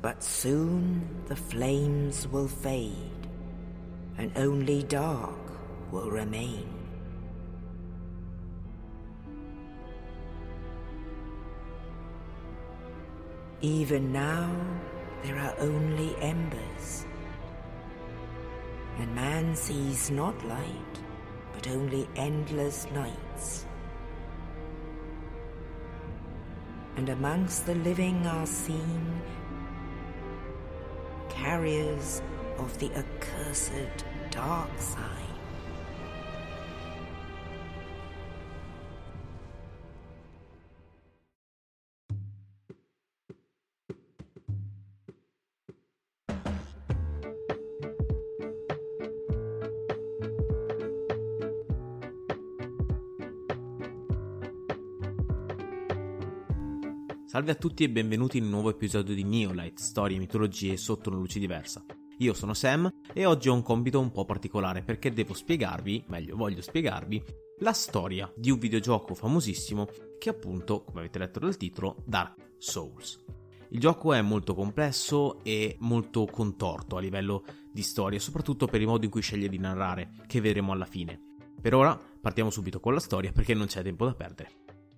But soon the flames will fade, and only dark will remain. Even now, there are only embers, and man sees not light, but only endless nights. And amongst the living are seen carriers of the accursed dark side. Salve a tutti e benvenuti in un nuovo episodio di Neolight, storie e mitologie sotto una luce diversa. Io sono Sam e oggi ho un compito un po' particolare perché voglio spiegarvi la storia di un videogioco famosissimo che appunto, come avete letto dal titolo, Dark Souls. Il gioco è molto complesso e molto contorto a livello di storia, soprattutto per il modo in cui sceglie di narrare, che vedremo alla fine. Per ora partiamo subito con la storia perché non c'è tempo da perdere.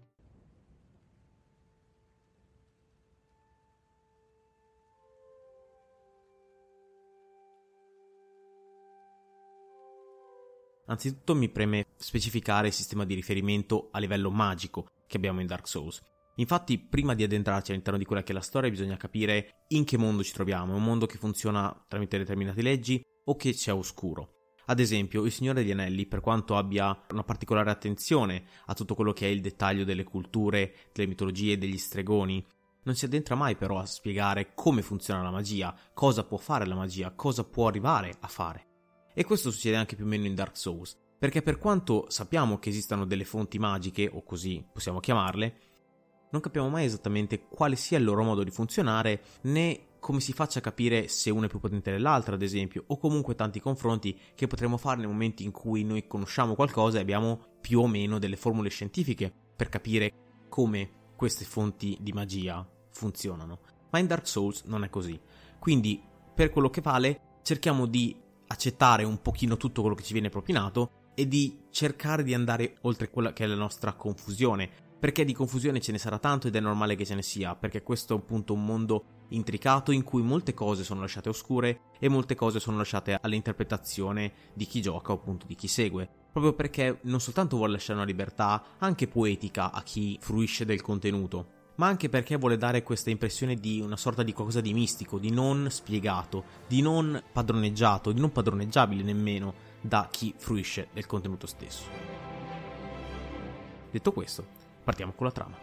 Anzitutto mi preme specificare il sistema di riferimento a livello magico che abbiamo in Dark Souls. Infatti, prima di addentrarci all'interno di quella che è la storia, bisogna capire in che mondo ci troviamo. È un mondo che funziona tramite determinate leggi o che c'è oscuro. Ad esempio, il Signore degli Anelli, per quanto abbia una particolare attenzione a tutto quello che è il dettaglio delle culture, delle mitologie, degli stregoni, non si addentra mai però a spiegare come funziona la magia, cosa può fare la magia, cosa può arrivare a fare. E questo succede anche più o meno in Dark Souls, perché per quanto sappiamo che esistano delle fonti magiche, o così possiamo chiamarle, non capiamo mai esattamente quale sia il loro modo di funzionare, né come si faccia capire se una è più potente dell'altra, ad esempio, o comunque tanti confronti che potremo fare nei momenti in cui noi conosciamo qualcosa e abbiamo più o meno delle formule scientifiche per capire come queste fonti di magia funzionano. Ma in Dark Souls non è così. Quindi, per quello che vale, cerchiamo di accettare un pochino tutto quello che ci viene propinato e di cercare di andare oltre quella che è la nostra confusione, perché di confusione ce ne sarà tanto ed è normale che ce ne sia, perché questo è appunto un mondo intricato in cui molte cose sono lasciate oscure e molte cose sono lasciate all'interpretazione di chi gioca o appunto di chi segue, proprio perché non soltanto vuole lasciare una libertà anche poetica a chi fruisce del contenuto, ma anche perché vuole dare questa impressione di una sorta di qualcosa di mistico, di non spiegato, di non padroneggiato, di non padroneggiabile nemmeno da chi fruisce del contenuto stesso. Detto questo, partiamo con la trama.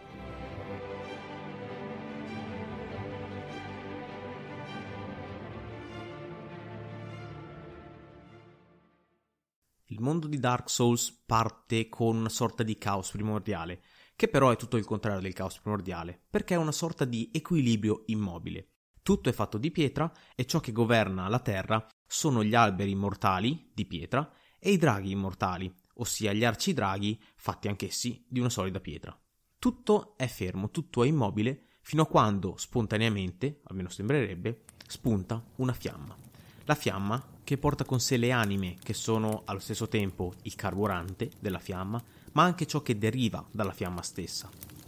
Il mondo di Dark Souls parte con una sorta di caos primordiale, che però è tutto il contrario del caos primordiale, perché è una sorta di equilibrio immobile. Tutto è fatto di pietra e ciò che governa la terra sono gli alberi immortali di pietra e i draghi immortali, ossia gli arcidraghi fatti anch'essi di una solida pietra. Tutto è fermo, tutto è immobile, fino a quando spontaneamente, almeno sembrerebbe, spunta una fiamma. La fiamma che porta con sé le anime, che sono allo stesso tempo il carburante della fiamma, ma anche ciò che deriva dalla fiamma stessa.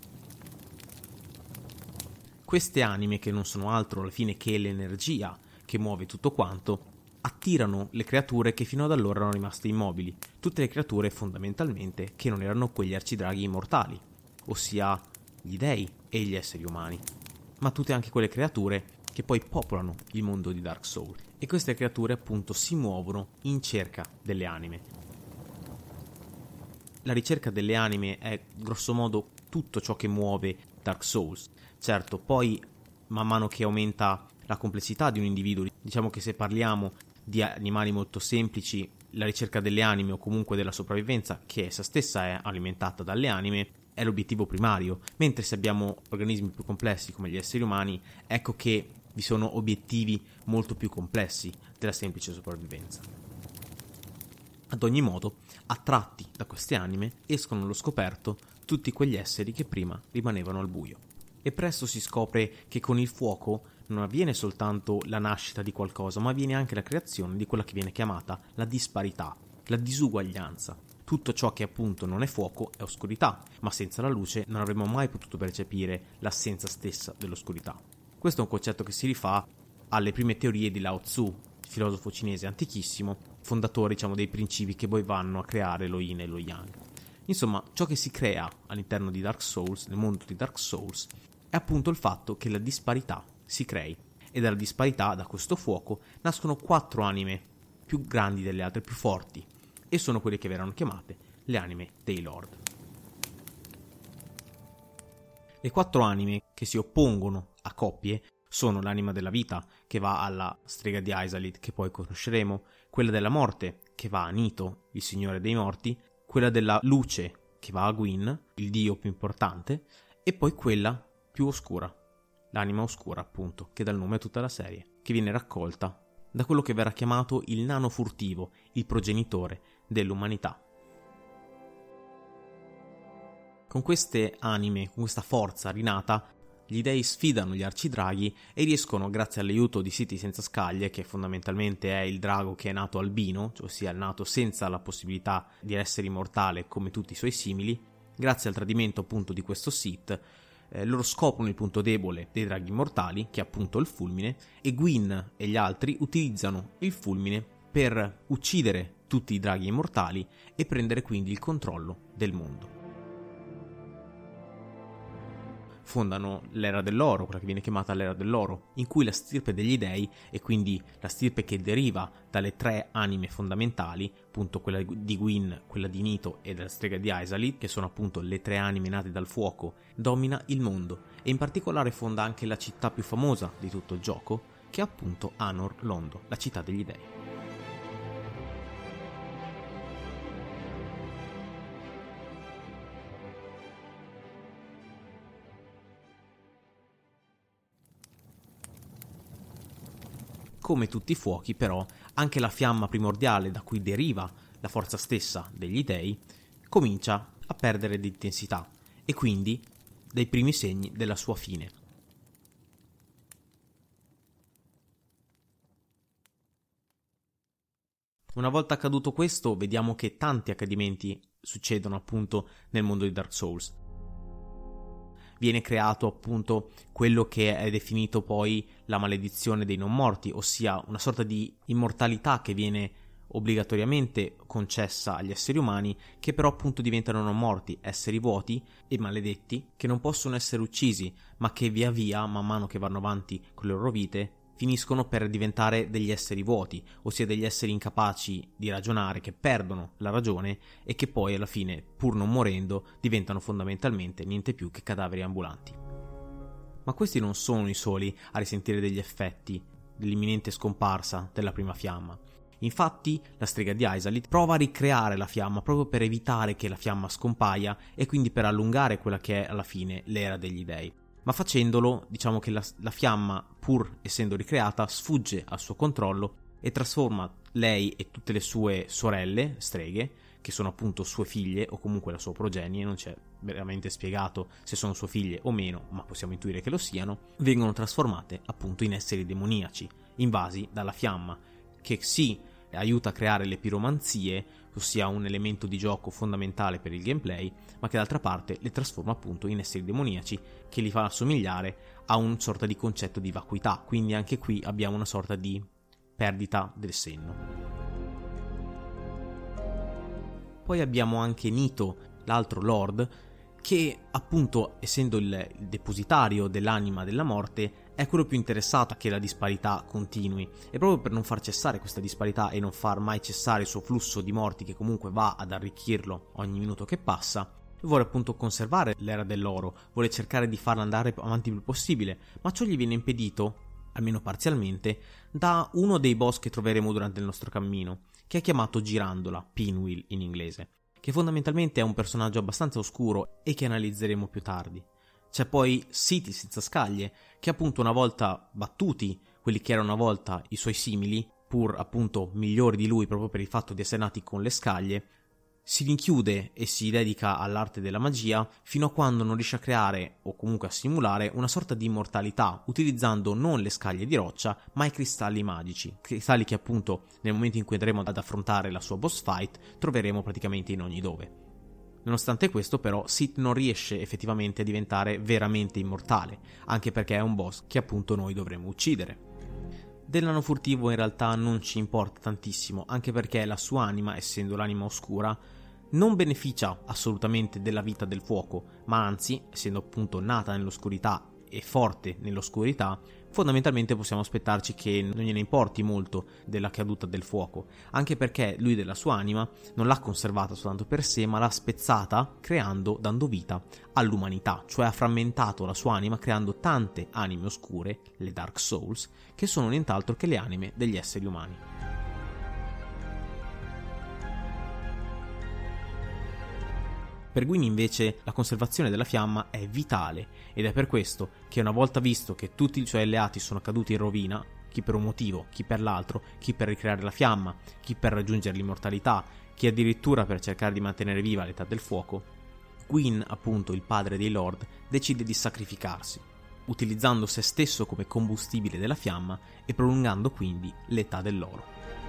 Queste anime, che non sono altro alla fine che l'energia che muove tutto quanto, attirano le creature che fino ad allora erano rimaste immobili, tutte le creature fondamentalmente che non erano quegli arcidraghi immortali, ossia gli dei e gli esseri umani, ma tutte anche quelle creature che poi popolano il mondo di Dark Souls, e queste creature appunto si muovono in cerca delle anime. La ricerca delle anime è grossomodo tutto ciò che muove Dark Souls. Certo, poi man mano che aumenta la complessità di un individuo, diciamo che se parliamo di animali molto semplici, la ricerca delle anime o comunque della sopravvivenza, che essa stessa è alimentata dalle anime, è l'obiettivo primario, mentre se abbiamo organismi più complessi come gli esseri umani, ecco che vi sono obiettivi molto più complessi della semplice sopravvivenza. Ad ogni modo, attratti da queste anime, escono allo scoperto tutti quegli esseri che prima rimanevano al buio. e presto si scopre che con il fuoco non avviene soltanto la nascita di qualcosa, ma avviene anche la creazione di quella che viene chiamata la disparità, la disuguaglianza. Tutto ciò che appunto non è fuoco è oscurità, ma senza la luce non avremmo mai potuto percepire l'assenza stessa dell'oscurità. Questo è un concetto che si rifà alle prime teorie di Lao Tzu, filosofo cinese antichissimo, fondatore dei principi che poi vanno a creare lo yin e lo yang. Insomma, ciò che si crea all'interno di Dark Souls, nel mondo di Dark Souls, è appunto il fatto che la disparità si crei, e dalla disparità, da questo fuoco, nascono 4 anime più grandi delle altre, più forti, e sono quelle che verranno chiamate le anime dei Lord. Le 4 anime che si oppongono a coppie sono l'anima della vita, che va alla strega di Izalith, che poi conosceremo, quella della morte, che va a Nito, il signore dei morti, quella della luce, che va a Gwyn, il dio più importante, e poi quella più oscura, l'anima oscura appunto, che dà il nome a tutta la serie, che viene raccolta da quello che verrà chiamato il nano furtivo, il progenitore dell'umanità. Con queste anime, con questa forza rinata, gli dei sfidano gli arcidraghi e riescono, grazie all'aiuto di Siti senza scaglie, che fondamentalmente è il drago che è nato albino, ossia è nato senza la possibilità di essere immortale come tutti i suoi simili, grazie al tradimento appunto di questo Sith, loro scoprono il punto debole dei draghi immortali, che è appunto il fulmine, e Gwyn e gli altri utilizzano il fulmine per uccidere tutti i draghi immortali e prendere quindi il controllo del mondo. Fondano l'Era dell'Oro, quella che viene chiamata l'Era dell'Oro, in cui la stirpe degli dei, e quindi la stirpe che deriva dalle 3 anime fondamentali, appunto quella di Gwyn, quella di Nito e della strega di Izalith, che sono appunto le 3 anime nate dal fuoco, domina il mondo, e in particolare fonda anche la città più famosa di tutto il gioco, che è appunto Anor Londo, la città degli dei. Come tutti i fuochi, però, anche la fiamma primordiale da cui deriva la forza stessa degli dei comincia a perdere di intensità e quindi dai primi segni della sua fine. Una volta accaduto questo, vediamo che tanti accadimenti succedono appunto nel mondo di Dark Souls. Viene creato appunto quello che è definito poi la maledizione dei non morti, ossia una sorta di immortalità che viene obbligatoriamente concessa agli esseri umani, che però appunto diventano non morti, esseri vuoti e maledetti, che non possono essere uccisi, ma che via via, man mano che vanno avanti con le loro vite, finiscono per diventare degli esseri vuoti, ossia degli esseri incapaci di ragionare, che perdono la ragione e che poi alla fine, pur non morendo, diventano fondamentalmente niente più che cadaveri ambulanti. Ma questi non sono i soli a risentire degli effetti dell'imminente scomparsa della prima fiamma. Infatti la strega di Izalith prova a ricreare la fiamma proprio per evitare che la fiamma scompaia e quindi per allungare quella che è alla fine l'era degli dei. Ma facendolo, diciamo che la fiamma, pur essendo ricreata, sfugge al suo controllo e trasforma lei e tutte le sue sorelle, streghe, che sono appunto sue figlie o comunque la sua progenie, non c'è veramente spiegato se sono sue figlie o meno, ma possiamo intuire che lo siano, vengono trasformate appunto in esseri demoniaci, invasi dalla fiamma, che sì aiuta a creare le piromanzie, ossia un elemento di gioco fondamentale per il gameplay, ma che d'altra parte le trasforma appunto in esseri demoniaci che li fa assomigliare a un sorta di concetto di vacuità, quindi anche qui abbiamo una sorta di perdita del senno. Poi abbiamo anche Nito, l'altro Lord, che appunto essendo il depositario dell'anima della morte è quello più interessato a che la disparità continui, e proprio per non far cessare questa disparità e non far mai cessare il suo flusso di morti che comunque va ad arricchirlo ogni minuto che passa, vuole appunto conservare l'era dell'oro, vuole cercare di farla andare avanti il più possibile, ma ciò gli viene impedito, almeno parzialmente, da uno dei boss che troveremo durante il nostro cammino, che è chiamato Girandola, Pinwheel in inglese, che fondamentalmente è un personaggio abbastanza oscuro e che analizzeremo più tardi. C'è poi Siti senza scaglie, che appunto una volta battuti quelli che erano una volta i suoi simili, pur appunto migliori di lui proprio per il fatto di essere nati con le scaglie, si rinchiude e si dedica all'arte della magia fino a quando non riesce a creare o comunque a simulare una sorta di immortalità utilizzando non le scaglie di roccia ma i cristalli magici, cristalli che appunto nel momento in cui andremo ad affrontare la sua boss fight troveremo praticamente in ogni dove. Nonostante questo però Sith non riesce effettivamente a diventare veramente immortale, anche perché è un boss che appunto noi dovremo uccidere. Del nano furtivo in realtà non ci importa tantissimo, anche perché la sua anima, essendo l'anima oscura, non beneficia assolutamente della vita del fuoco, ma anzi, essendo appunto nata nell'oscurità e forte nell'oscurità, fondamentalmente possiamo aspettarci che non gliene importi molto della caduta del fuoco, anche perché lui della sua anima non l'ha conservata soltanto per sé, ma l'ha spezzata dando vita all'umanità, cioè ha frammentato la sua anima creando tante anime oscure, le Dark Souls, che sono nient'altro che le anime degli esseri umani. Per Gwyn invece la conservazione della fiamma è vitale ed è per questo che una volta visto che tutti i suoi alleati sono caduti in rovina, chi per un motivo, chi per l'altro, chi per ricreare la fiamma, chi per raggiungere l'immortalità, chi addirittura per cercare di mantenere viva l'età del fuoco, Gwyn, appunto il padre dei Lord, decide di sacrificarsi, utilizzando se stesso come combustibile della fiamma e prolungando quindi l'età dell'oro.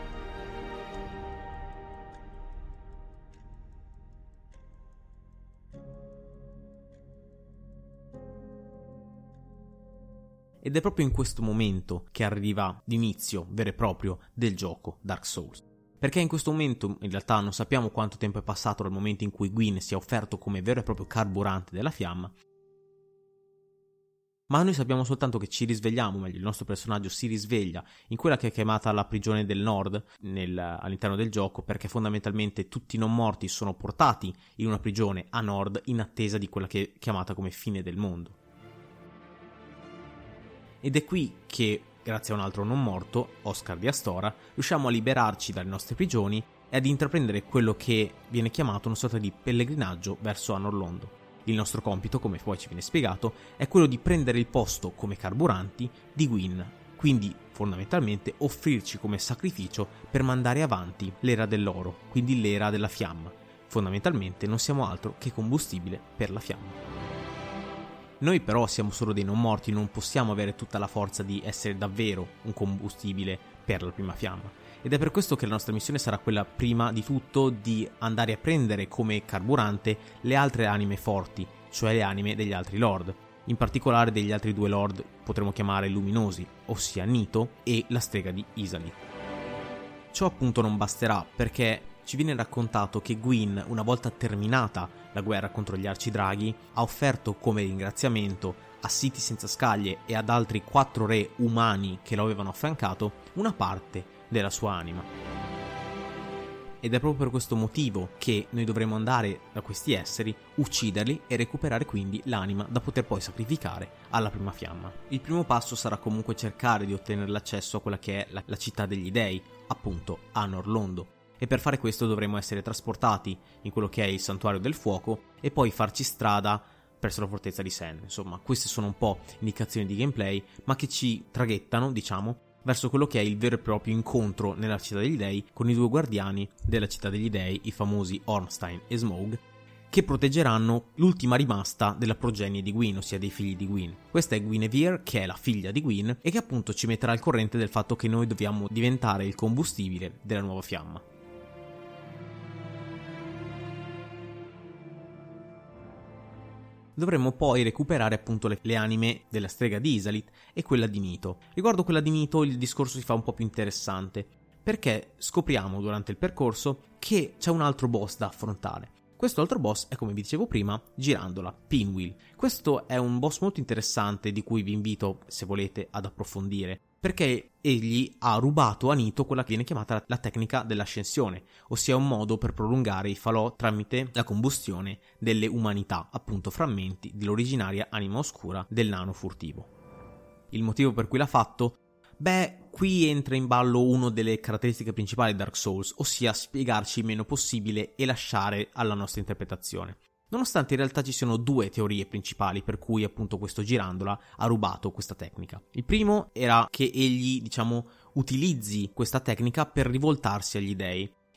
Ed è proprio in questo momento che arriva l'inizio vero e proprio del gioco Dark Souls. Perché in questo momento in realtà non sappiamo quanto tempo è passato dal momento in cui Gwyn si è offerto come vero e proprio carburante della fiamma, ma noi sappiamo soltanto che ci risvegliamo, meglio il nostro personaggio si risveglia in quella che è chiamata la prigione del Nord all'interno del gioco, perché fondamentalmente tutti i non morti sono portati in una prigione a Nord in attesa di quella che è chiamata come fine del mondo. Ed è qui che, grazie a un altro non morto, Oscar di Astora, riusciamo a liberarci dalle nostre prigioni e ad intraprendere quello che viene chiamato una sorta di pellegrinaggio verso Anor Londo. Il nostro compito, come poi ci viene spiegato, è quello di prendere il posto come carburanti di Gwyn, quindi fondamentalmente offrirci come sacrificio per mandare avanti l'era dell'oro, quindi l'era della fiamma. Fondamentalmente non siamo altro che combustibile per la fiamma. Noi però siamo solo dei non morti, non possiamo avere tutta la forza di essere davvero un combustibile per la prima fiamma. Ed è per questo che la nostra missione sarà quella prima di tutto di andare a prendere come carburante le altre anime forti, cioè le anime degli altri lord. In particolare degli altri due lord potremmo chiamare luminosi, ossia Nito e la strega di Izalith. Ciò appunto non basterà, perché ci viene raccontato che Gwyn, una volta terminata la guerra contro gli arcidraghi, ha offerto come ringraziamento a Siti senza scaglie e ad altri 4 re umani che lo avevano affiancato una parte della sua anima. Ed è proprio per questo motivo che noi dovremo andare da questi esseri, ucciderli e recuperare quindi l'anima da poter poi sacrificare alla prima fiamma. Il primo passo sarà comunque cercare di ottenere l'accesso a quella che è la città degli dei, appunto Anor Londo. E per fare questo dovremo essere trasportati in quello che è il santuario del fuoco e poi farci strada presso la fortezza di Sen. Insomma, queste sono un po' indicazioni di gameplay, ma che ci traghettano, diciamo, verso quello che è il vero e proprio incontro nella città degli dei con i due guardiani della città degli dei, i famosi Ornstein e Smaug, che proteggeranno l'ultima rimasta della progenie di Gwyn, ossia dei figli di Gwyn. Questa è Guinevere, che è la figlia di Gwyn e che appunto ci metterà al corrente del fatto che noi dobbiamo diventare il combustibile della nuova fiamma. Dovremmo poi recuperare appunto le anime della strega di Izalith e quella di Nito. Riguardo quella di Nito il discorso si fa un po' più interessante, perché scopriamo durante il percorso che c'è un altro boss da affrontare. Questo altro boss è, come vi dicevo prima, Girandola, Pinwheel. Questo è un boss molto interessante di cui vi invito, se volete, ad approfondire, perché egli ha rubato a Nito quella che viene chiamata la tecnica dell'ascensione, ossia un modo per prolungare i falò tramite la combustione delle umanità, appunto frammenti dell'originaria anima oscura del nano furtivo. Il motivo per cui l'ha fatto? Beh, qui entra in ballo una delle caratteristiche principali di Dark Souls, ossia spiegarci il meno possibile e lasciare alla nostra interpretazione. Nonostante in realtà ci siano 2 teorie principali per cui appunto questo Girandola ha rubato questa tecnica. Il primo era che egli, utilizzi questa tecnica per rivoltarsi agli dei.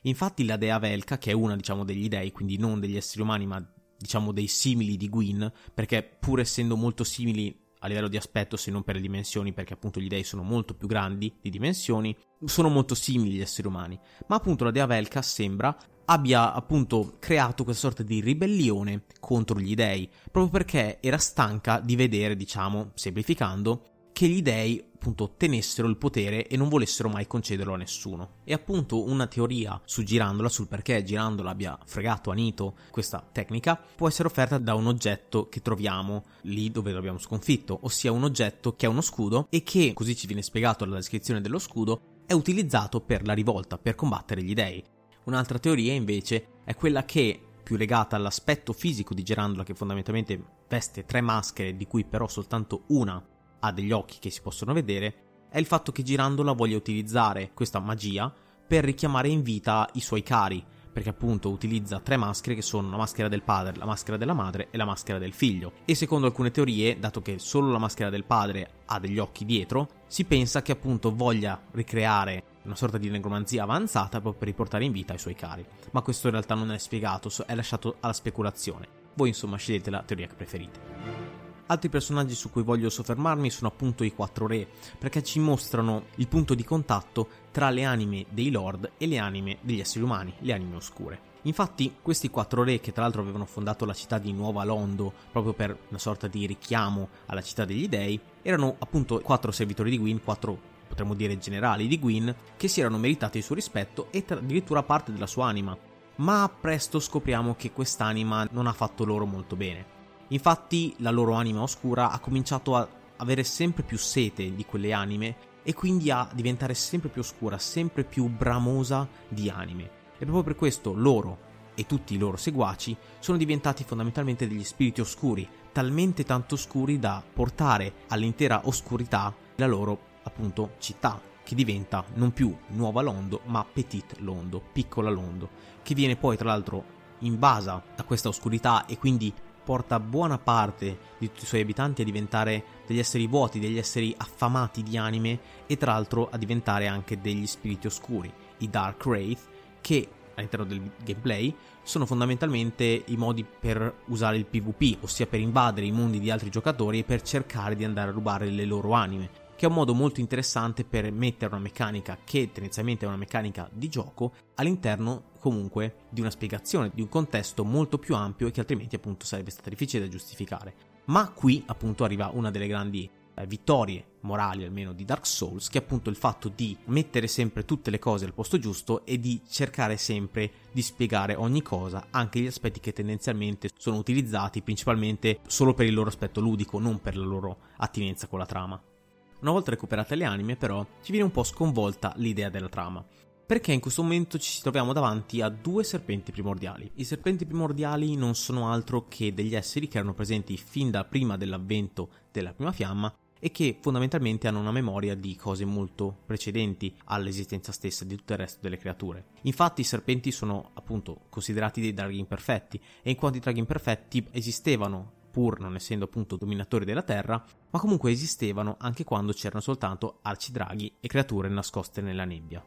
Infatti la dea Velka, che è una degli dei, quindi non degli esseri umani ma dei simili di Gwyn, perché pur essendo molto simili a livello di aspetto, se non per le dimensioni, perché appunto gli dei sono molto più grandi di dimensioni, sono molto simili agli esseri umani, ma appunto la dea Velka sembra abbia appunto creato questa sorta di ribellione contro gli dei, proprio perché era stanca di vedere, semplificando, che gli dei appunto tenessero il potere e non volessero mai concederlo a nessuno. E appunto una teoria sul perché Girandola abbia fregato Anito questa tecnica può essere offerta da un oggetto che troviamo lì dove l'abbiamo sconfitto, ossia un oggetto che ha uno scudo e che, così ci viene spiegato dalla descrizione dello scudo, è utilizzato per la rivolta, per combattere gli dei. Un'altra teoria invece è quella che, più legata all'aspetto fisico di Girandola, che fondamentalmente veste 3 maschere di cui però soltanto una ha degli occhi che si possono vedere, è il fatto che Girandola voglia utilizzare questa magia per richiamare in vita i suoi cari, perché appunto utilizza 3 maschere che sono la maschera del padre, la maschera della madre e la maschera del figlio. E secondo alcune teorie, dato che solo la maschera del padre ha degli occhi dietro, si pensa che appunto voglia ricreare una sorta di necromanzia avanzata proprio per riportare in vita i suoi cari. Ma questo in realtà non è spiegato, è lasciato alla speculazione. Voi insomma scegliete la teoria che preferite. Altri personaggi su cui voglio soffermarmi sono appunto i 4 re, perché ci mostrano il punto di contatto tra le anime dei lord e le anime degli esseri umani, le anime oscure. Infatti questi 4 re, che tra l'altro avevano fondato la città di Nuova Londo proprio per una sorta di richiamo alla città degli dei, erano appunto 4 servitori di Gwyn, 4 potremmo dire generali di Gwyn, che si erano meritati il suo rispetto e addirittura parte della sua anima. Ma presto scopriamo che quest'anima non ha fatto loro molto bene. Infatti la loro anima oscura ha cominciato a avere sempre più sete di quelle anime e quindi a diventare sempre più oscura, sempre più bramosa di anime. E proprio per questo loro e tutti i loro seguaci sono diventati fondamentalmente degli spiriti oscuri, talmente tanto oscuri da portare all'intera oscurità la loro appunto città, che diventa non più Nuova Londo ma Petit Londo, Piccola Londo, che viene poi tra l'altro invasa da questa oscurità e quindi porta buona parte di tutti i suoi abitanti a diventare degli esseri vuoti, degli esseri affamati di anime e tra l'altro a diventare anche degli spiriti oscuri, i Dark Wraith, che all'interno del gameplay sono fondamentalmente i modi per usare il PvP, ossia per invadere i mondi di altri giocatori e per cercare di andare a rubare le loro anime, che è un modo molto interessante per mettere una meccanica che tendenzialmente è una meccanica di gioco all'interno comunque di una spiegazione, di un contesto molto più ampio e che altrimenti appunto sarebbe stata difficile da giustificare. Ma qui appunto arriva una delle grandi vittorie morali almeno di Dark Souls, che è appunto il fatto di mettere sempre tutte le cose al posto giusto e di cercare sempre di spiegare ogni cosa, anche gli aspetti che tendenzialmente sono utilizzati principalmente solo per il loro aspetto ludico, non per la loro attinenza con la trama. Una volta recuperate le anime, però, ci viene un po' sconvolta l'idea della trama, perché in questo momento ci troviamo davanti a 2 serpenti primordiali. I serpenti primordiali non sono altro che degli esseri che erano presenti fin da prima dell'avvento della prima fiamma e che fondamentalmente hanno una memoria di cose molto precedenti all'esistenza stessa di tutto il resto delle creature. Infatti i serpenti sono appunto considerati dei draghi imperfetti, e in quanto i draghi imperfetti esistevano pur non essendo appunto dominatori della terra, ma comunque esistevano anche quando c'erano soltanto arcidraghi e creature nascoste nella nebbia.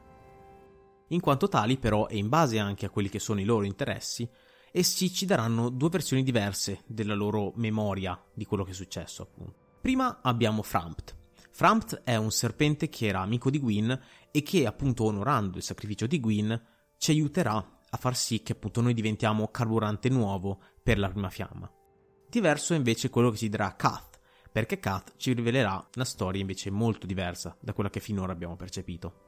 In quanto tali però, e in base anche a quelli che sono i loro interessi, essi ci daranno 2 versioni diverse della loro memoria di quello che è successo appunto. Prima abbiamo Frampt. Frampt è un serpente che era amico di Gwyn e che appunto onorando il sacrificio di Gwyn ci aiuterà a far sì che appunto noi diventiamo carburante nuovo per la prima fiamma. Diverso è invece quello che ci dirà Kath, perché Kath ci rivelerà una storia invece molto diversa da quella che finora abbiamo percepito.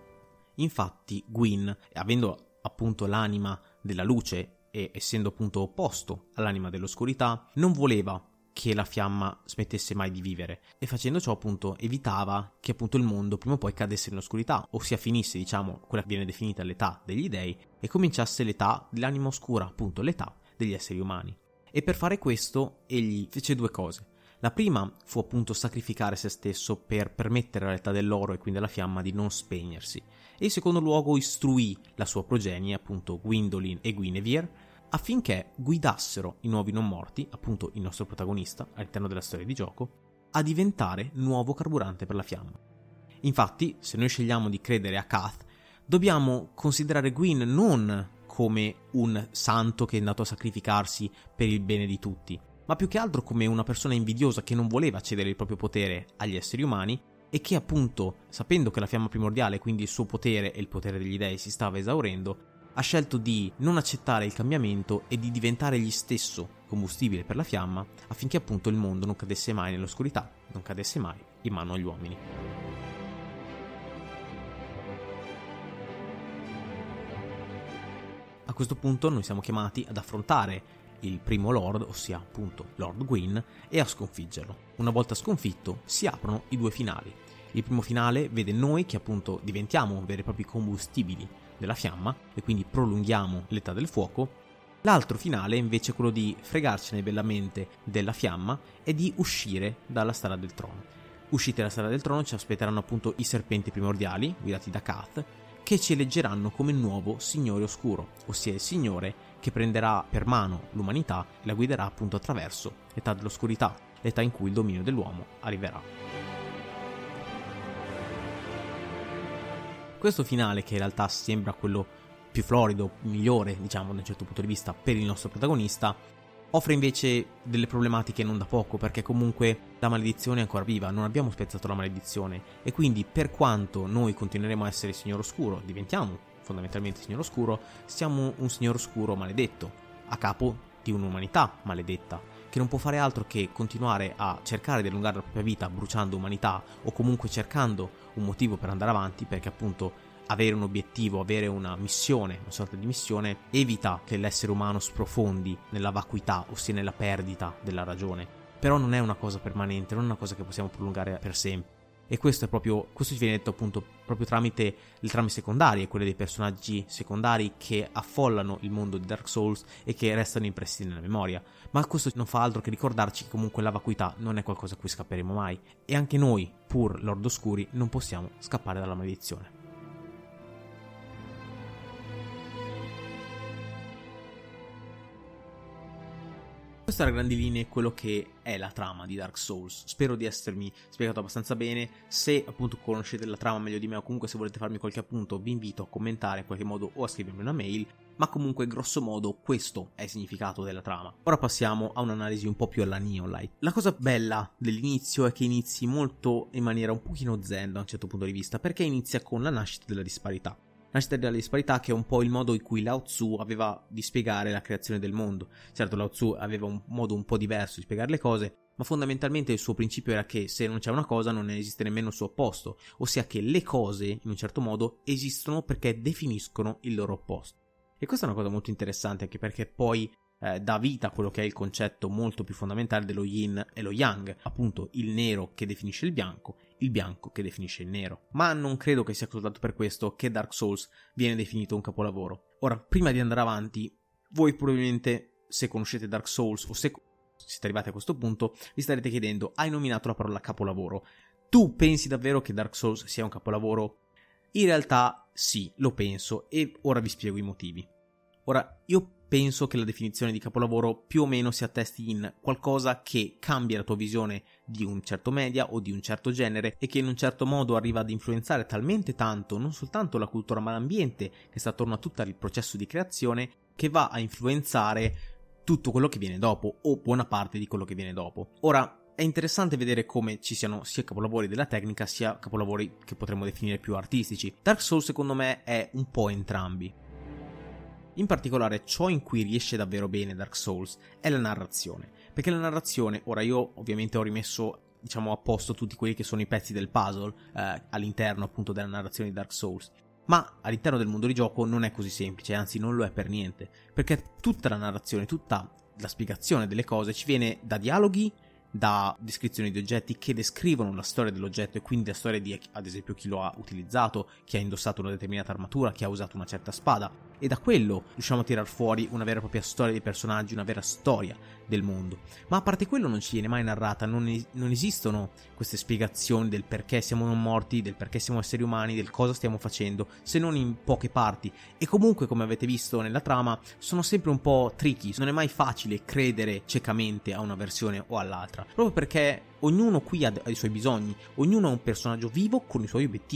Infatti Gwyn, avendo appunto l'anima della luce e essendo appunto opposto all'anima dell'oscurità, non voleva che la fiamma smettesse mai di vivere, e facendo ciò appunto evitava che appunto il mondo prima o poi cadesse nell'oscurità, ossia finisse quella che viene definita l'età degli dei e cominciasse l'età dell'anima oscura, appunto l'età degli esseri umani. E per fare questo egli fece 2 cose. La prima fu appunto sacrificare se stesso per permettere all'età dell'oro e quindi alla fiamma di non spegnersi, e in secondo luogo istruì la sua progenie, appunto Gwyndolin e Guinevere, affinché guidassero i nuovi non morti, appunto il nostro protagonista all'interno della storia di gioco, a diventare nuovo carburante per la fiamma. Infatti, se noi scegliamo di credere a Kath, dobbiamo considerare Gwyn non come un santo che è andato a sacrificarsi per il bene di tutti, ma più che altro come una persona invidiosa che non voleva cedere il proprio potere agli esseri umani e che appunto, sapendo che la fiamma primordiale, quindi il suo potere e il potere degli dei, si stava esaurendo, ha scelto di non accettare il cambiamento e di diventare egli stesso combustibile per la fiamma, affinché appunto il mondo non cadesse mai nell'oscurità, non cadesse mai in mano agli uomini. A questo punto noi siamo chiamati ad affrontare il primo Lord, ossia appunto Lord Gwyn, e a sconfiggerlo. Una volta sconfitto si aprono i due finali. Il primo finale vede noi che appunto diventiamo veri e propri combustibili della fiamma e quindi prolunghiamo l'età del fuoco. L'altro finale invece è quello di fregarcene bellamente della fiamma e di uscire dalla Strada del Trono. Usciti dalla Strada del Trono ci aspetteranno appunto i serpenti primordiali, guidati da Kath, che ci eleggeranno come nuovo Signore Oscuro, ossia il Signore che prenderà per mano l'umanità e la guiderà appunto attraverso l'età dell'oscurità, l'età in cui il dominio dell'uomo arriverà. Questo finale, che in realtà sembra quello più florido, migliore, diciamo da un certo punto di vista per il nostro protagonista, offre invece delle problematiche non da poco, perché comunque la maledizione è ancora viva, non abbiamo spezzato la maledizione e quindi per quanto noi continueremo a essere il Signore Oscuro, diventiamo fondamentalmente il Signore Oscuro, siamo un Signore Oscuro maledetto, a capo di un'umanità maledetta, che non può fare altro che continuare a cercare di allungare la propria vita bruciando umanità o comunque cercando un motivo per andare avanti, perché appunto avere un obiettivo, avere una missione, una sorta di missione, evita che l'essere umano sprofondi nella vacuità, ossia nella perdita della ragione. Però non è una cosa permanente, non è una cosa che possiamo prolungare per sempre. E questo ci viene detto appunto proprio tramite le trame secondarie, quelle dei personaggi secondari che affollano il mondo di Dark Souls e che restano impressi nella memoria. Ma questo non fa altro che ricordarci che comunque la vacuità non è qualcosa a cui scapperemo mai. E anche noi, pur Lord Oscuri, non possiamo scappare dalla maledizione. Questo a grandi linee è quello che è la trama di Dark Souls. Spero di essermi spiegato abbastanza bene. Se appunto conoscete la trama meglio di me o comunque se volete farmi qualche appunto, vi invito a commentare in qualche modo o a scrivermi una mail, ma comunque grosso modo questo è il significato della trama. Ora passiamo a un'analisi un po' più alla Neonlight. La cosa bella dell'inizio è che inizi molto in maniera un pochino zen da un certo punto di vista, perché inizia con la nascita della disparità. Nascita della disparità, che è un po' il modo in cui Lao Tzu aveva di spiegare la creazione del mondo. Certo, Lao Tzu aveva un modo un po' diverso di spiegare le cose, ma fondamentalmente il suo principio era che se non c'è una cosa non esiste nemmeno il suo opposto, ossia che le cose in un certo modo esistono perché definiscono il loro opposto. E questa è una cosa molto interessante, anche perché poi dà vita a quello che è il concetto molto più fondamentale dello yin e lo yang, appunto il nero che definisce il bianco che definisce il nero. Ma non credo che sia soltanto per questo che Dark Souls viene definito un capolavoro. Ora, prima di andare avanti, voi probabilmente, se conoscete Dark Souls o se siete arrivati a questo punto, vi starete chiedendo: hai nominato la parola capolavoro, tu pensi davvero che Dark Souls sia un capolavoro? In realtà sì, lo penso, e ora vi spiego i motivi. Ora, io penso che la definizione di capolavoro più o meno si attesti in qualcosa che cambia la tua visione di un certo media o di un certo genere e che in un certo modo arriva ad influenzare talmente tanto non soltanto la cultura ma l'ambiente che sta attorno a tutto il processo di creazione, che va a influenzare tutto quello che viene dopo o buona parte di quello che viene dopo. Ora, è interessante vedere come ci siano sia capolavori della tecnica sia capolavori che potremmo definire più artistici. Dark Souls secondo me è un po' entrambi. In particolare ciò in cui riesce davvero bene Dark Souls è la narrazione, perché la narrazione, ora io ovviamente ho rimesso a posto tutti quelli che sono i pezzi del puzzle all'interno appunto della narrazione di Dark Souls, ma all'interno del mondo di gioco non è così semplice, anzi non lo è per niente, perché tutta la narrazione, tutta la spiegazione delle cose ci viene da dialoghi, da descrizioni di oggetti che descrivono la storia dell'oggetto e quindi la storia di, ad esempio, chi lo ha utilizzato, chi ha indossato una determinata armatura, chi ha usato una certa spada, e da quello riusciamo a tirar fuori una vera e propria storia dei personaggi, una vera storia del mondo. Ma a parte quello non ci viene mai narrata, non esistono queste spiegazioni del perché siamo non morti, del perché siamo esseri umani, del cosa stiamo facendo, se non in poche parti, e comunque, come avete visto nella trama, sono sempre un po' tricky, non è mai facile credere ciecamente a una versione o all'altra, proprio perché ognuno qui ha i suoi bisogni, ognuno è un personaggio vivo con i suoi obiettivi.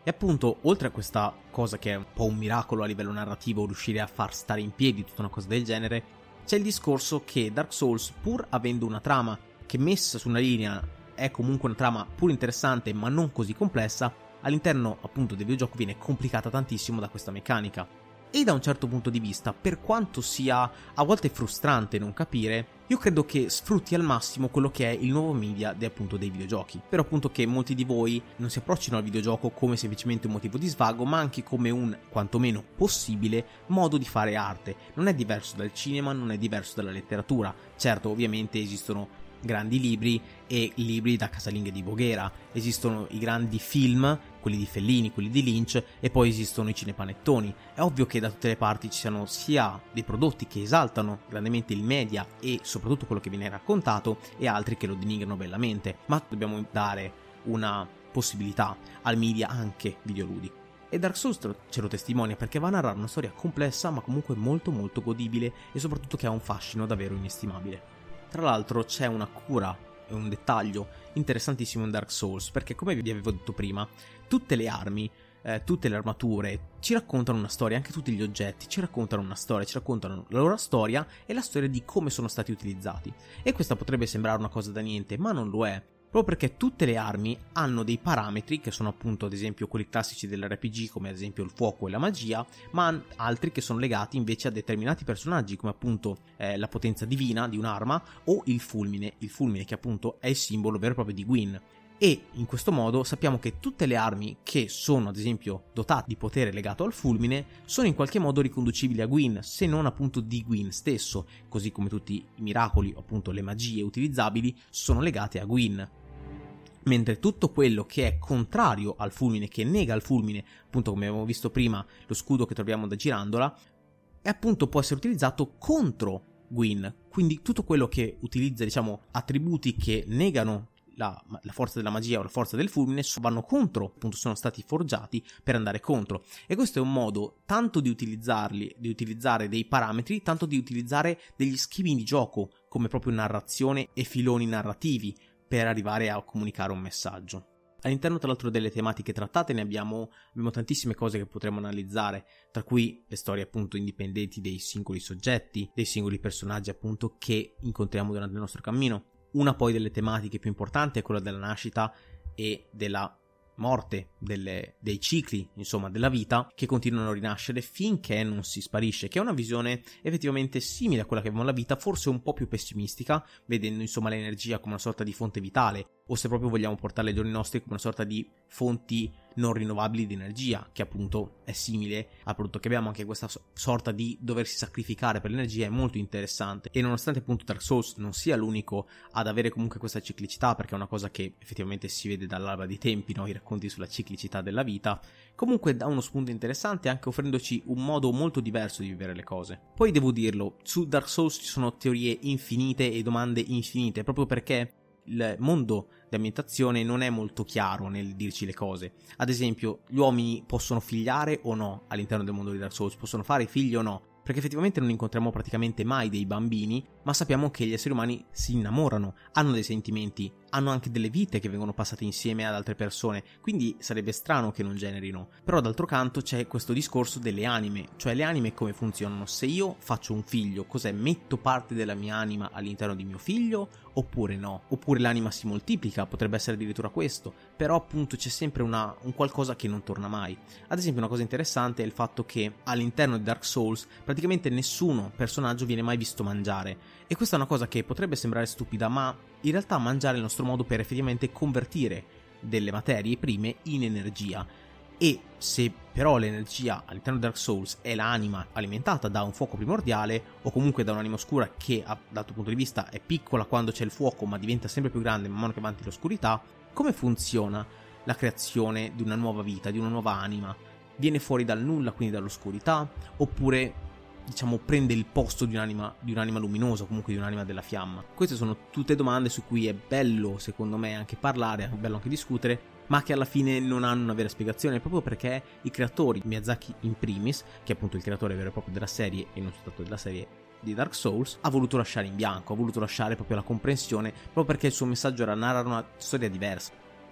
E appunto, oltre a questa cosa che è un po' un miracolo a livello narrativo, riuscire a far stare in piedi tutta una cosa del genere, c'è il discorso che Dark Souls, pur avendo una trama che messa su una linea è comunque una trama pur interessante ma non così complessa, all'interno appunto del videogioco viene complicata tantissimo da questa meccanica. E da un certo punto di vista, per quanto sia a volte frustrante non capire, io credo che sfrutti al massimo quello che è il nuovo media appunto dei videogiochi. Spero appunto che molti di voi non si approccino al videogioco come semplicemente un motivo di svago, ma anche come un, quantomeno possibile, modo di fare arte. Non è diverso dal cinema, non è diverso dalla letteratura. Certo, ovviamente esistono grandi libri e libri da casalinghe di Voghera, esistono i grandi film, quelli di Fellini, quelli di Lynch, e poi esistono i cinepanettoni. È ovvio che da tutte le parti ci siano sia dei prodotti che esaltano grandemente il media e soprattutto quello che viene raccontato, e altri che lo denigrano bellamente, ma dobbiamo dare una possibilità al media anche videoludico. E Dark Souls ce lo testimonia, perché va a narrare una storia complessa ma comunque molto molto godibile, e soprattutto che ha un fascino davvero inestimabile. Tra l'altro c'è una cura e un dettaglio interessantissimo in Dark Souls, perché come vi avevo detto prima, tutte le armi, tutte le armature ci raccontano una storia, anche tutti gli oggetti ci raccontano una storia, ci raccontano la loro storia e la storia di come sono stati utilizzati. E questa potrebbe sembrare una cosa da niente, ma non lo è. Proprio perché tutte le armi hanno dei parametri che sono appunto ad esempio quelli classici dell'RPG, come ad esempio il fuoco e la magia, ma altri che sono legati invece a determinati personaggi, come appunto la potenza divina di un'arma o il fulmine che appunto è il simbolo vero e proprio di Gwyn. E in questo modo sappiamo che tutte le armi che sono ad esempio dotate di potere legato al fulmine sono in qualche modo riconducibili a Gwyn, se non appunto di Gwyn stesso, così come tutti i miracoli o appunto le magie utilizzabili sono legate a Gwyn. Mentre tutto quello che è contrario al fulmine, che nega il fulmine, appunto come abbiamo visto prima, lo scudo che troviamo da Girandola, e appunto può essere utilizzato contro Gwyn. Quindi tutto quello che utilizza, diciamo, attributi che negano la forza della magia o la forza del fulmine vanno contro, appunto sono stati forgiati per andare contro. E questo è un modo tanto di utilizzarli, di utilizzare dei parametri, tanto di utilizzare degli schemi di gioco come proprio narrazione e filoni narrativi per arrivare a comunicare un messaggio. All'interno tra l'altro delle tematiche trattate ne abbiamo tantissime cose che potremmo analizzare, tra cui le storie appunto indipendenti dei singoli soggetti, dei singoli personaggi appunto che incontriamo durante il nostro cammino. Una poi delle tematiche più importanti è quella della nascita e della morte, dei cicli, insomma, della vita che continuano a rinascere finché non si sparisce, che è una visione effettivamente simile a quella che abbiamo la vita, forse un po' più pessimistica, vedendo insomma l'energia come una sorta di fonte vitale, o se proprio vogliamo portarla ai giorni nostri come una sorta di fonti non rinnovabili di energia, che appunto è simile al prodotto che abbiamo. Anche questa sorta di doversi sacrificare per l'energia è molto interessante, e nonostante appunto Dark Souls non sia l'unico ad avere comunque questa ciclicità, perché è una cosa che effettivamente si vede dall'alba dei tempi, no? I racconti sulla ciclicità della vita, comunque dà uno spunto interessante, anche offrendoci un modo molto diverso di vivere le cose. Poi devo dirlo, su Dark Souls ci sono teorie infinite e domande infinite, proprio perché il mondo di ambientazione non è molto chiaro nel dirci le cose. Ad esempio, gli uomini possono figliare o no all'interno del mondo di Dark Souls, possono fare figli o no, perché effettivamente non incontriamo praticamente mai dei bambini, ma sappiamo che gli esseri umani si innamorano, hanno dei sentimenti, hanno anche delle vite che vengono passate insieme ad altre persone, quindi sarebbe strano che non generino. Però d'altro canto c'è questo discorso delle anime, cioè le anime come funzionano. Se io faccio un figlio, cos'è? Metto parte della mia anima all'interno di mio figlio oppure no? Oppure l'anima si moltiplica, potrebbe essere addirittura questo, però appunto c'è sempre un qualcosa che non torna mai. Ad esempio una cosa interessante è il fatto che all'interno di Dark Souls praticamente nessuno personaggio viene mai visto mangiare, e questa è una cosa che potrebbe sembrare stupida, ma in realtà mangiare è il nostro modo per effettivamente convertire delle materie prime in energia. E se però l'energia all'interno di Dark Souls è l'anima alimentata da un fuoco primordiale, o comunque da un'anima oscura che dal tuo punto di vista è piccola quando c'è il fuoco ma diventa sempre più grande man mano che avanti l'oscurità, come funziona la creazione di una nuova vita, di una nuova anima? Viene fuori dal nulla, quindi dall'oscurità, oppure diciamo prende il posto di un'anima luminosa, o comunque di un'anima della fiamma? Queste sono tutte domande su cui è bello secondo me anche parlare, è bello anche discutere, ma che alla fine non hanno una vera spiegazione, proprio perché i creatori, Miyazaki in primis, che è appunto il creatore vero e proprio della serie e non soltanto della serie di Dark Souls, ha voluto lasciare in bianco, ha voluto lasciare proprio la comprensione, proprio perché il suo messaggio era narrare una storia diversa.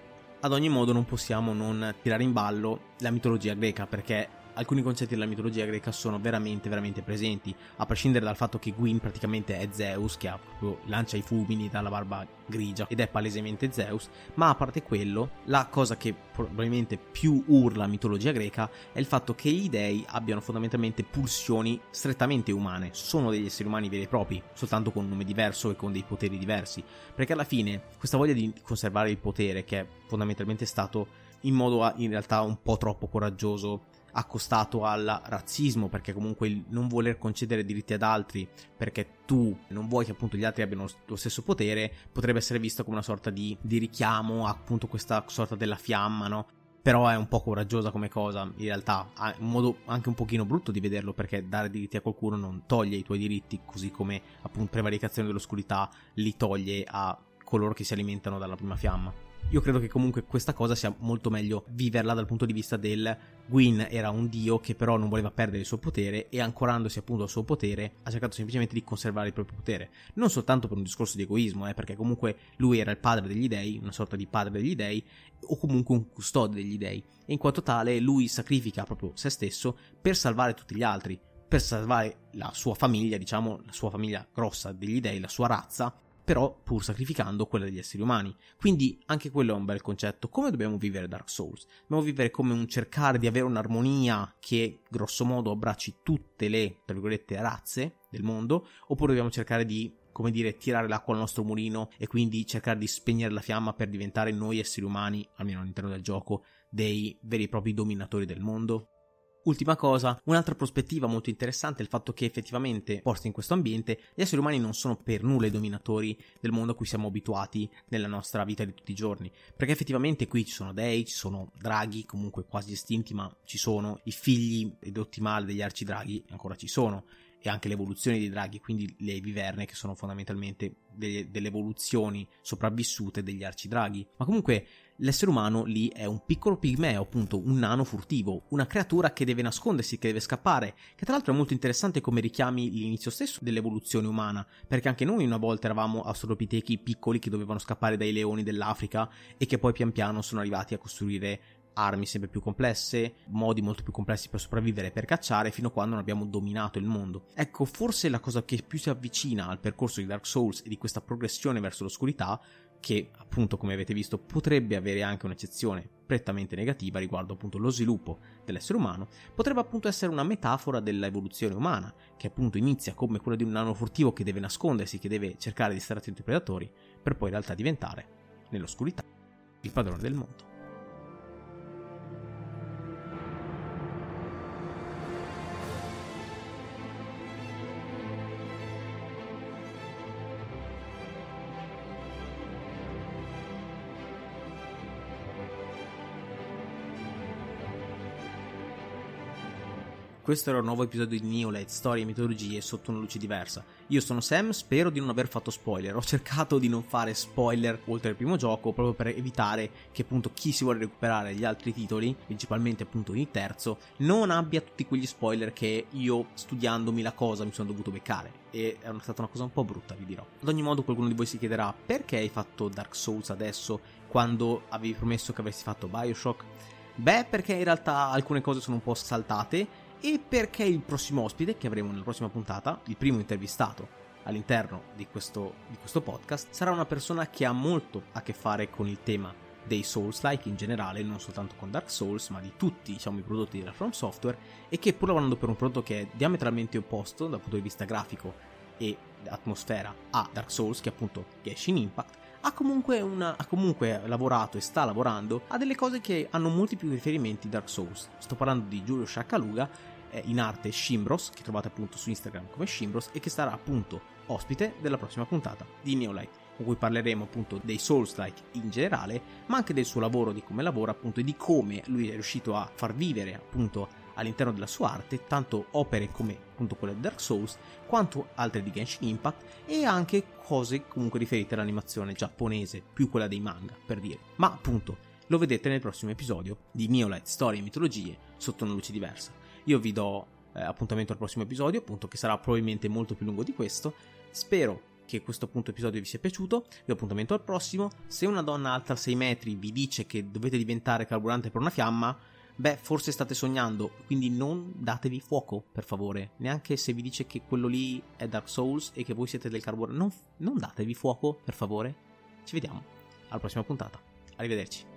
ad ogni modo non possiamo non tirare in ballo la mitologia greca, perché alcuni concetti della mitologia greca sono veramente veramente presenti, a prescindere dal fatto che Gwyn praticamente è Zeus, che lancia i fulmini dalla barba grigia ed è palesemente Zeus. Ma a parte quello, la cosa che probabilmente più urla la mitologia greca è il fatto che gli dei abbiano fondamentalmente pulsioni strettamente umane, sono degli esseri umani veri e propri, soltanto con un nome diverso e con dei poteri diversi, perché alla fine questa voglia di conservare il potere, che è fondamentalmente stato in modo in realtà un po' troppo coraggioso accostato al razzismo, perché comunque il non voler concedere diritti ad altri perché tu non vuoi che appunto gli altri abbiano lo stesso potere, potrebbe essere visto come una sorta di richiamo a appunto questa sorta della fiamma, no? Però è un po' coraggiosa come cosa, in realtà ha un modo anche un pochino brutto di vederlo, perché dare diritti a qualcuno non toglie i tuoi diritti, così come appunto prevaricazione dell'oscurità li toglie a coloro che si alimentano dalla prima fiamma. Io credo che comunque questa cosa sia molto meglio viverla dal punto di vista del Gwyn era un dio che però non voleva perdere il suo potere, e ancorandosi appunto al suo potere ha cercato semplicemente di conservare il proprio potere, non soltanto per un discorso di egoismo, perché comunque lui era il padre degli dei, una sorta di padre degli dei, o comunque un custode degli dei, e in quanto tale lui sacrifica proprio se stesso per salvare tutti gli altri, per salvare la sua famiglia, diciamo la sua famiglia grossa degli dei, la sua razza, però pur sacrificando quella degli esseri umani. Quindi anche quello è un bel concetto. Come dobbiamo vivere Dark Souls? Dobbiamo vivere come un cercare di avere un'armonia che grosso modo abbracci tutte le, tra virgolette, razze del mondo, oppure dobbiamo cercare di, come dire, tirare l'acqua al nostro mulino e quindi cercare di spegnere la fiamma per diventare noi esseri umani, almeno all'interno del gioco, dei veri e propri dominatori del mondo? Ultima cosa, un'altra prospettiva molto interessante è il fatto che effettivamente, posti in questo ambiente, gli esseri umani non sono per nulla i dominatori del mondo a cui siamo abituati nella nostra vita di tutti i giorni, perché effettivamente qui ci sono dei, ci sono draghi, comunque quasi estinti, ma ci sono i figli edotti male degli arcidraghi, ancora ci sono, e anche le evoluzioni dei draghi, quindi le viverne, che sono fondamentalmente delle evoluzioni sopravvissute degli arcidraghi. Ma comunque l'essere umano lì è un piccolo pigmeo, appunto un nano furtivo, una creatura che deve nascondersi, che deve scappare, che tra l'altro è molto interessante come richiami l'inizio stesso dell'evoluzione umana, perché anche noi una volta eravamo australopitechi piccoli che dovevano scappare dai leoni dell'Africa e che poi pian piano sono arrivati a costruire armi sempre più complesse, modi molto più complessi per sopravvivere e per cacciare, fino a quando non abbiamo dominato il mondo. Ecco, forse la cosa che più si avvicina al percorso di Dark Souls e di questa progressione verso l'oscurità, che appunto come avete visto potrebbe avere anche un'eccezione prettamente negativa riguardo appunto lo sviluppo dell'essere umano, potrebbe appunto essere una metafora dell'evoluzione umana, che appunto inizia come quella di un nano furtivo che deve nascondersi, che deve cercare di stare attento ai predatori, per poi in realtà diventare, nell'oscurità, il padrone del mondo. Questo era un nuovo episodio di Neolight, storie e mitologie sotto una luce diversa. Io sono Sam, spero di non aver fatto spoiler. Ho cercato di non fare spoiler oltre al primo gioco, proprio per evitare che appunto chi si vuole recuperare gli altri titoli, principalmente appunto il terzo, non abbia tutti quegli spoiler che io, studiandomi la cosa, mi sono dovuto beccare. E è stata una cosa un po' brutta, vi dirò. Ad ogni modo qualcuno di voi si chiederà: perché hai fatto Dark Souls adesso, quando avevi promesso che avresti fatto Bioshock? Beh, perché in realtà alcune cose sono un po' saltate, e perché il prossimo ospite che avremo nella prossima puntata, il primo intervistato all'interno di questo podcast, sarà una persona che ha molto a che fare con il tema dei Souls-like in generale, non soltanto con Dark Souls, ma di tutti, diciamo, i prodotti della From Software, e che pur lavorando per un prodotto che è diametralmente opposto dal punto di vista grafico e atmosfera a Dark Souls, che è appunto Genshin Impact, ha comunque lavorato e sta lavorando a delle cose che hanno molti più riferimenti Dark Souls. Sto parlando di Giulio Sciaccaluga, in arte Shimbros, che trovate appunto su Instagram come Shimbros, e che sarà appunto ospite della prossima puntata di Neolight, con cui parleremo appunto dei Souls-like in generale, ma anche del suo lavoro, di come lavora appunto e di come lui è riuscito a far vivere appunto all'interno della sua arte tanto opere come appunto quelle di Dark Souls quanto altre di Genshin Impact, e anche cose comunque riferite all'animazione giapponese, più quella dei manga per dire. Ma appunto lo vedete nel prossimo episodio di Neolight, storie e mitologie sotto una luce diversa. Io vi do appuntamento al prossimo episodio, appunto, che sarà probabilmente molto più lungo di questo. Spero che questo appunto episodio vi sia piaciuto, vi do appuntamento al prossimo. Se una donna alta 6 metri vi dice che dovete diventare carburante per una fiamma, beh, forse state sognando, quindi non datevi fuoco, per favore. Neanche se vi dice che quello lì è Dark Souls e che voi siete del carburante, non datevi fuoco, per favore. Ci vediamo alla prossima puntata. Arrivederci.